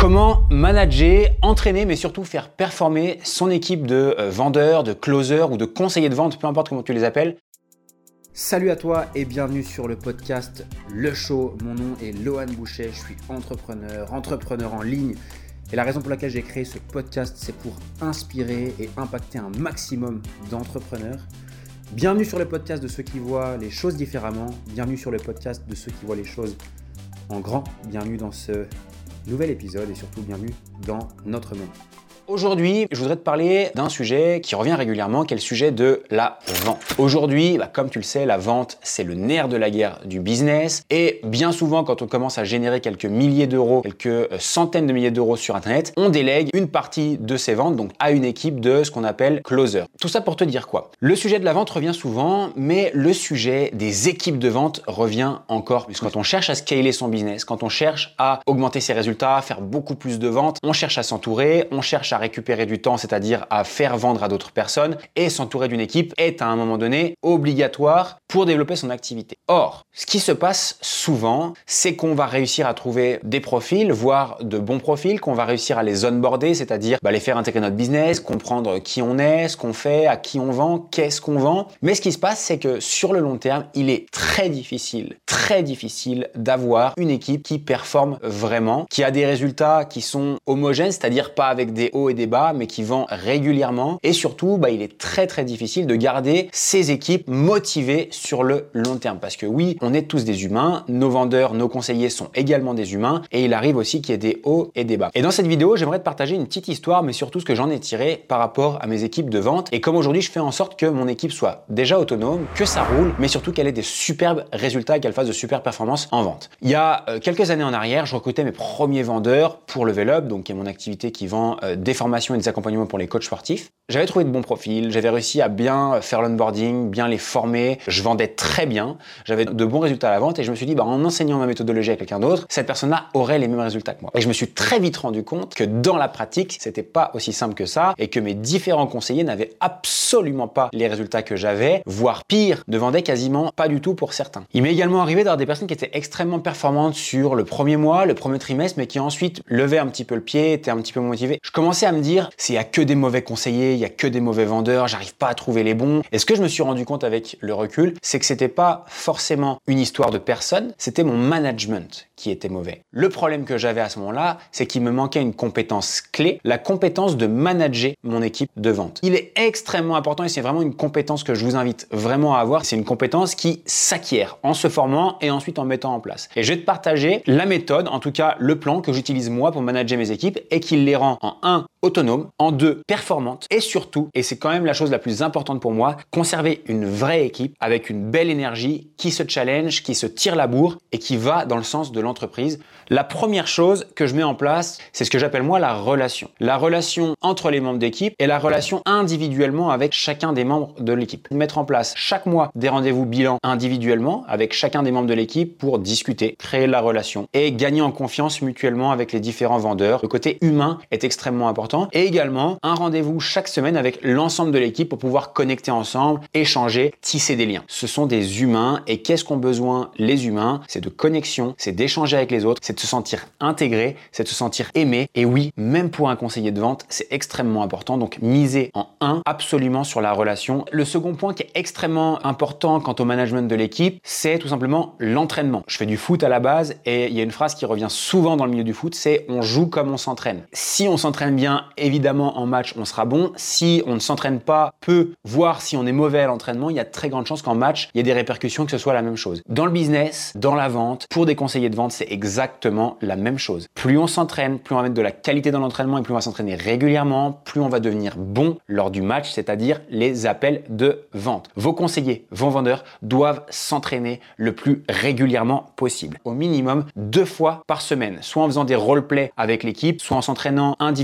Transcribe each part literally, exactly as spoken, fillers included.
Comment manager, entraîner, mais surtout faire performer son équipe de euh, vendeurs, de closers ou de conseillers de vente, peu importe comment tu les appelles. Salut à toi et bienvenue sur le podcast Le Show. Mon nom est Lohan Boucher, je suis entrepreneur, entrepreneur en ligne. Et la raison pour laquelle j'ai créé ce podcast, c'est pour inspirer et impacter un maximum d'entrepreneurs. Bienvenue sur le podcast de ceux qui voient les choses différemment. Bienvenue sur le podcast de ceux qui voient les choses en grand. Bienvenue dans ce nouvel épisode et surtout bienvenue dans notre monde. Aujourd'hui, je voudrais te parler d'un sujet qui revient régulièrement, qui est le sujet de la vente. Aujourd'hui, bah, comme tu le sais, la vente, c'est le nerf de la guerre du business. Et bien souvent, quand on commence à générer quelques milliers d'euros, quelques centaines de milliers d'euros sur Internet, on délègue une partie de ces ventes donc à une équipe de ce qu'on appelle closer. Tout ça pour te dire quoi? Le sujet de la vente revient souvent, mais le sujet des équipes de vente revient encore plus. Quand on cherche à scaler son business, quand on cherche à augmenter ses résultats, faire beaucoup plus de ventes, on cherche à s'entourer, on cherche à récupérer du temps, c'est-à-dire à faire vendre à d'autres personnes, et s'entourer d'une équipe est à un moment donné obligatoire pour développer son activité. Or, ce qui se passe souvent, c'est qu'on va réussir à trouver des profils, voire de bons profils, qu'on va réussir à les onboarder, c'est-à-dire bah, les faire intégrer notre business, comprendre qui on est, ce qu'on fait, à qui on vend, qu'est-ce qu'on vend. Mais ce qui se passe, c'est que sur le long terme, il est très difficile, très difficile d'avoir une équipe qui performe vraiment, qui a des résultats qui sont homogènes, c'est-à-dire pas avec des hauts et des bas, mais qui vend régulièrement. Et surtout, bah, il est très très difficile de garder ces équipes motivées sur le long terme. Parce que oui, on est tous des humains, nos vendeurs, nos conseillers sont également des humains, et il arrive aussi qu'il y ait des hauts et des bas. Et dans cette vidéo, j'aimerais te partager une petite histoire, mais surtout ce que j'en ai tiré par rapport à mes équipes de vente, et comme aujourd'hui je fais en sorte que mon équipe soit déjà autonome, que ça roule, mais surtout qu'elle ait des superbes résultats et qu'elle fasse de super performances en vente. Il y a euh, quelques années en arrière, je recrutais mes premiers vendeurs pour Level Up, donc qui est mon activité qui vend euh, des formations et des accompagnements pour les coachs sportifs. J'avais trouvé de bons profils, j'avais réussi à bien faire l'onboarding, bien les former, je vendais très bien, j'avais de bons résultats à la vente et je me suis dit, bah, en enseignant ma méthodologie à quelqu'un d'autre, cette personne-là aurait les mêmes résultats que moi. Et je me suis très vite rendu compte que dans la pratique, c'était pas aussi simple que ça et que mes différents conseillers n'avaient absolument pas les résultats que j'avais, voire pire, ne vendaient quasiment pas du tout pour certains. Il m'est également arrivé d'avoir des personnes qui étaient extrêmement performantes sur le premier mois, le premier trimestre, mais qui ensuite levaient un petit peu le pied, étaient un petit peu motivés. Je commençais à me dire, s'il y a que des mauvais conseillers, il y a que des mauvais vendeurs, j'arrive pas à trouver les bons. Et ce que je me suis rendu compte avec le recul, c'est que c'était pas forcément une histoire de personne, c'était mon management qui était mauvais. Le problème que j'avais à ce moment-là, c'est qu'il me manquait une compétence clé, la compétence de manager mon équipe de vente. Il est extrêmement important et c'est vraiment une compétence que je vous invite vraiment à avoir. C'est une compétence qui s'acquiert en se formant et ensuite en mettant en place. Et je vais te partager la méthode, en tout cas le plan que j'utilise moi pour manager mes équipes et qui les rend en un autonome, en deux performante et surtout, et c'est quand même la chose la plus importante pour moi, conserver une vraie équipe avec une belle énergie qui se challenge, qui se tire la bourre et qui va dans le sens de l'entreprise. La première chose que je mets en place, c'est ce que j'appelle moi la relation. La relation entre les membres d'équipe et la relation individuellement avec chacun des membres de l'équipe. Mettre en place chaque mois des rendez-vous bilan individuellement avec chacun des membres de l'équipe pour discuter, créer la relation et gagner en confiance mutuellement avec les différents vendeurs. Le côté humain est extrêmement important. Et également un rendez-vous chaque semaine avec l'ensemble de l'équipe pour pouvoir connecter ensemble, échanger, tisser des liens. Ce sont des humains et qu'est-ce qu'ont besoin les humains? C'est de connexion, c'est d'échanger avec les autres, c'est de se sentir intégré, c'est de se sentir aimé. Et oui, même pour un conseiller de vente, c'est extrêmement important. Donc miser en un absolument sur la relation. Le second point qui est extrêmement important quant au management de l'équipe, c'est tout simplement l'entraînement. Je fais du foot à la base et il y a une phrase qui revient souvent dans le milieu du foot, c'est on joue comme on s'entraîne. Si on s'entraîne bien, évidemment en match on sera bon. Si on ne s'entraîne pas peu, voire si on est mauvais à l'entraînement, il y a de très grandes chances qu'en match il y ait des répercussions que ce soit la même chose. Dans le business, dans la vente, pour des conseillers de vente, c'est exactement la même chose. Plus on s'entraîne, plus on va mettre de la qualité dans l'entraînement et plus on va s'entraîner régulièrement, plus on va devenir bon lors du match, c'est-à-dire les appels de vente. Vos conseillers, vos vendeurs doivent s'entraîner le plus régulièrement possible. Au minimum deux fois par semaine, soit en faisant des roleplays avec l'équipe, soit en s'entraînant individuellement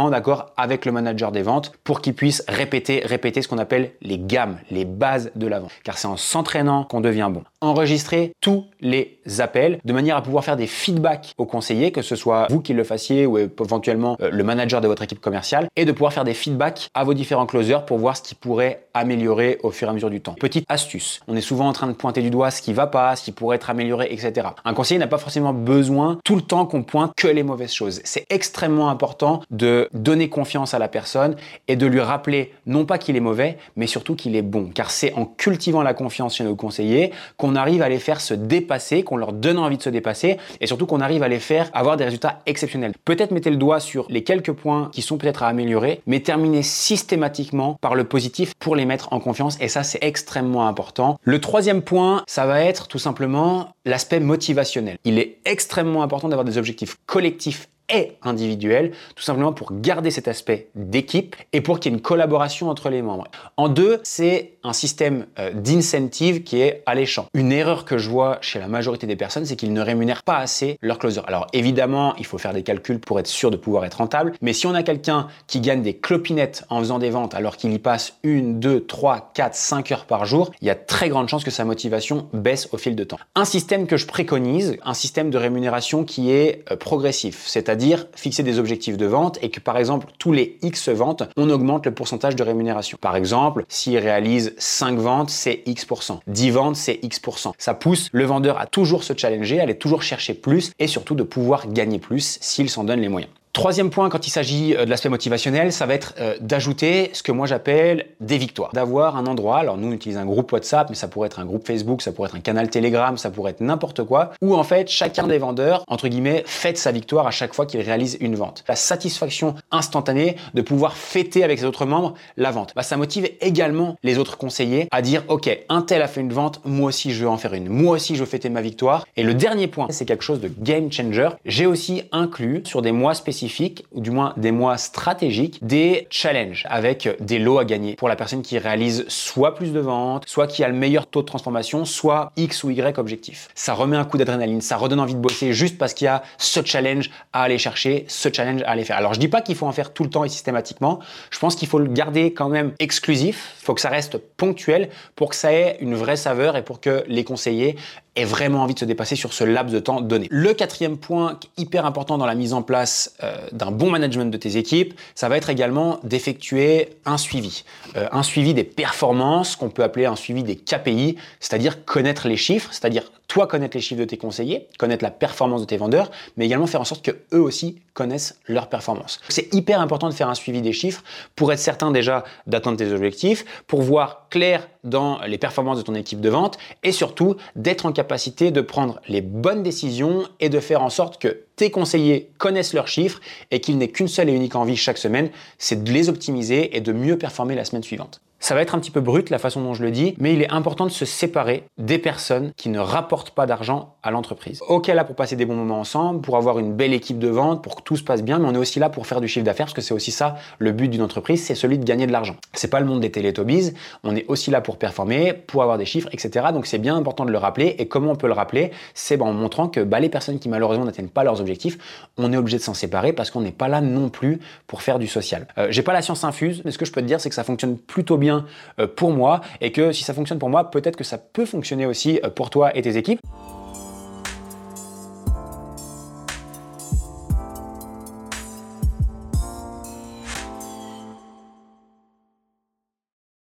régulièrement, d'accord, avec le manager des ventes pour qu'il puisse répéter, répéter ce qu'on appelle les gammes, les bases de la vente. Car c'est en s'entraînant qu'on devient bon. Enregistrer tous les appels de manière à pouvoir faire des feedbacks aux conseillers, que ce soit vous qui le fassiez ou éventuellement euh, le manager de votre équipe commerciale, et de pouvoir faire des feedbacks à vos différents closers pour voir ce qui pourrait améliorer au fur et à mesure du temps. Petite astuce, on est souvent en train de pointer du doigt ce qui va pas, ce qui pourrait être amélioré, et cetera. Un conseiller n'a pas forcément besoin tout le temps qu'on pointe que les mauvaises choses. C'est extrêmement important de donner confiance à la personne et de lui rappeler non pas qu'il est mauvais, mais surtout qu'il est bon. Car c'est en cultivant la confiance chez nos conseillers qu'on arrive à les faire se dépasser, qu'on leur donne envie de se dépasser et surtout qu'on arrive à les faire avoir des résultats exceptionnels. Peut-être mettez le doigt sur les quelques points qui sont peut-être à améliorer, mais terminez systématiquement par le positif pour les mettre en confiance et ça, c'est extrêmement important. Le troisième point, ça va être tout simplement l'aspect motivationnel. Il est extrêmement important d'avoir des objectifs collectifs et individuel, tout simplement pour garder cet aspect d'équipe et pour qu'il y ait une collaboration entre les membres. En deux, c'est un système euh, d'incentive qui est alléchant. Une erreur que je vois chez la majorité des personnes, c'est qu'ils ne rémunèrent pas assez leur closer. Alors évidemment, il faut faire des calculs pour être sûr de pouvoir être rentable, mais si on a quelqu'un qui gagne des clopinettes en faisant des ventes alors qu'il y passe une, deux, trois, quatre, cinq heures par jour, il y a très grande chance que sa motivation baisse au fil de temps. Un système que je préconise, un système de rémunération qui est euh, progressif, c'est-à-dire dire fixer des objectifs de vente et que par exemple tous les X ventes, on augmente le pourcentage de rémunération. Par exemple, s'il réalise cinq ventes, c'est X pour cent. dix ventes, c'est X pour cent. Ça pousse le vendeur à toujours se challenger, à aller toujours chercher plus et surtout de pouvoir gagner plus s'il s'en donne les moyens. Troisième point, quand il s'agit de l'aspect motivationnel, ça va être euh, d'ajouter ce que moi j'appelle des victoires. D'avoir un endroit, alors nous on utilise un groupe WhatsApp, mais ça pourrait être un groupe Facebook, ça pourrait être un canal Telegram, ça pourrait être n'importe quoi, où en fait chacun des vendeurs, entre guillemets, fête sa victoire à chaque fois qu'il réalise une vente. La satisfaction instantanée de pouvoir fêter avec ses autres membres la vente. Bah, ça motive également les autres conseillers à dire ok, un tel a fait une vente, moi aussi je veux en faire une, moi aussi je veux fêter ma victoire. Et le dernier point, c'est quelque chose de game changer. J'ai aussi inclus sur des mois spécifiques ou du moins des mois stratégiques, des challenges avec des lots à gagner pour la personne qui réalise soit plus de ventes, soit qui a le meilleur taux de transformation, soit X ou Y objectif. Ça remet un coup d'adrénaline, ça redonne envie de bosser juste parce qu'il y a ce challenge à aller chercher, ce challenge à aller faire. Alors je dis pas qu'il faut en faire tout le temps et systématiquement, je pense qu'il faut le garder quand même exclusif, il faut que ça reste ponctuel pour que ça ait une vraie saveur et pour que les conseillers aient vraiment envie de se dépasser sur ce laps de temps donné. Le quatrième point hyper important dans la mise en place euh, d'un bon management de tes équipes, ça va être également d'effectuer un suivi. Euh, un suivi des performances, qu'on peut appeler un suivi des K P I, c'est-à-dire connaître les chiffres, c'est-à-dire toi connaître les chiffres de tes conseillers, connaître la performance de tes vendeurs, mais également faire en sorte que eux aussi connaissent leur performance. C'est hyper important de faire un suivi des chiffres pour être certain déjà d'atteindre tes objectifs, pour voir clair dans les performances de ton équipe de vente et surtout d'être en capacité de prendre les bonnes décisions et de faire en sorte que tes conseillers connaissent leurs chiffres et qu'ils n'aient qu'une seule et unique envie chaque semaine, c'est de les optimiser et de mieux performer la semaine suivante. Ça va être un petit peu brut la façon dont je le dis, mais il est important de se séparer des personnes qui ne rapportent pas d'argent à l'entreprise. Ok là pour passer des bons moments ensemble, pour avoir une belle équipe de vente, pour que tout se passe bien, mais on est aussi là pour faire du chiffre d'affaires parce que c'est aussi ça le but d'une entreprise, c'est celui de gagner de l'argent. C'est pas le monde des Teletubbies, on est aussi là pour performer, pour avoir des chiffres, et cetera. Donc c'est bien important de le rappeler. Et comment on peut le rappeler? C'est ben, en montrant que bah, les personnes qui malheureusement n'atteignent pas leurs objectifs, on est obligé de s'en séparer parce qu'on n'est pas là non plus pour faire du social. Euh, j'ai pas la science infuse, mais ce que je peux te dire, c'est que ça fonctionne plutôt bien pour moi et que si ça fonctionne pour moi, peut-être que ça peut fonctionner aussi pour toi et tes équipes.